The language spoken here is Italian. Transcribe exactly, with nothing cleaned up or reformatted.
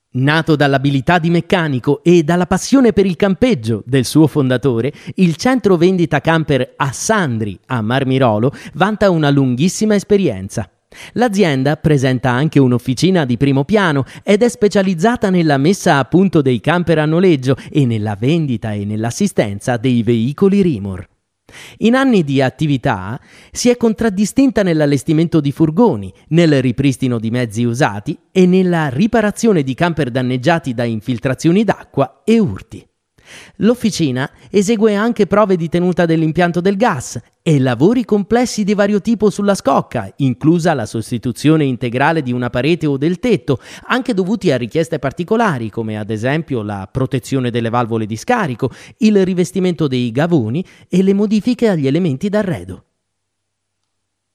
Nato dall'abilità di meccanico e dalla passione per il campeggio del suo fondatore, il centro vendita camper Assandri a Marmirolo vanta una lunghissima esperienza. L'azienda presenta anche un'officina di primo piano ed è specializzata nella messa a punto dei camper a noleggio e nella vendita e nell'assistenza dei veicoli Rimor. In anni di attività si è contraddistinta nell'allestimento di furgoni, nel ripristino di mezzi usati e nella riparazione di camper danneggiati da infiltrazioni d'acqua e urti. L'officina esegue anche prove di tenuta dell'impianto del gas e lavori complessi di vario tipo sulla scocca, inclusa la sostituzione integrale di una parete o del tetto, anche dovuti a richieste particolari come ad esempio la protezione delle valvole di scarico, il rivestimento dei gavoni e le modifiche agli elementi d'arredo.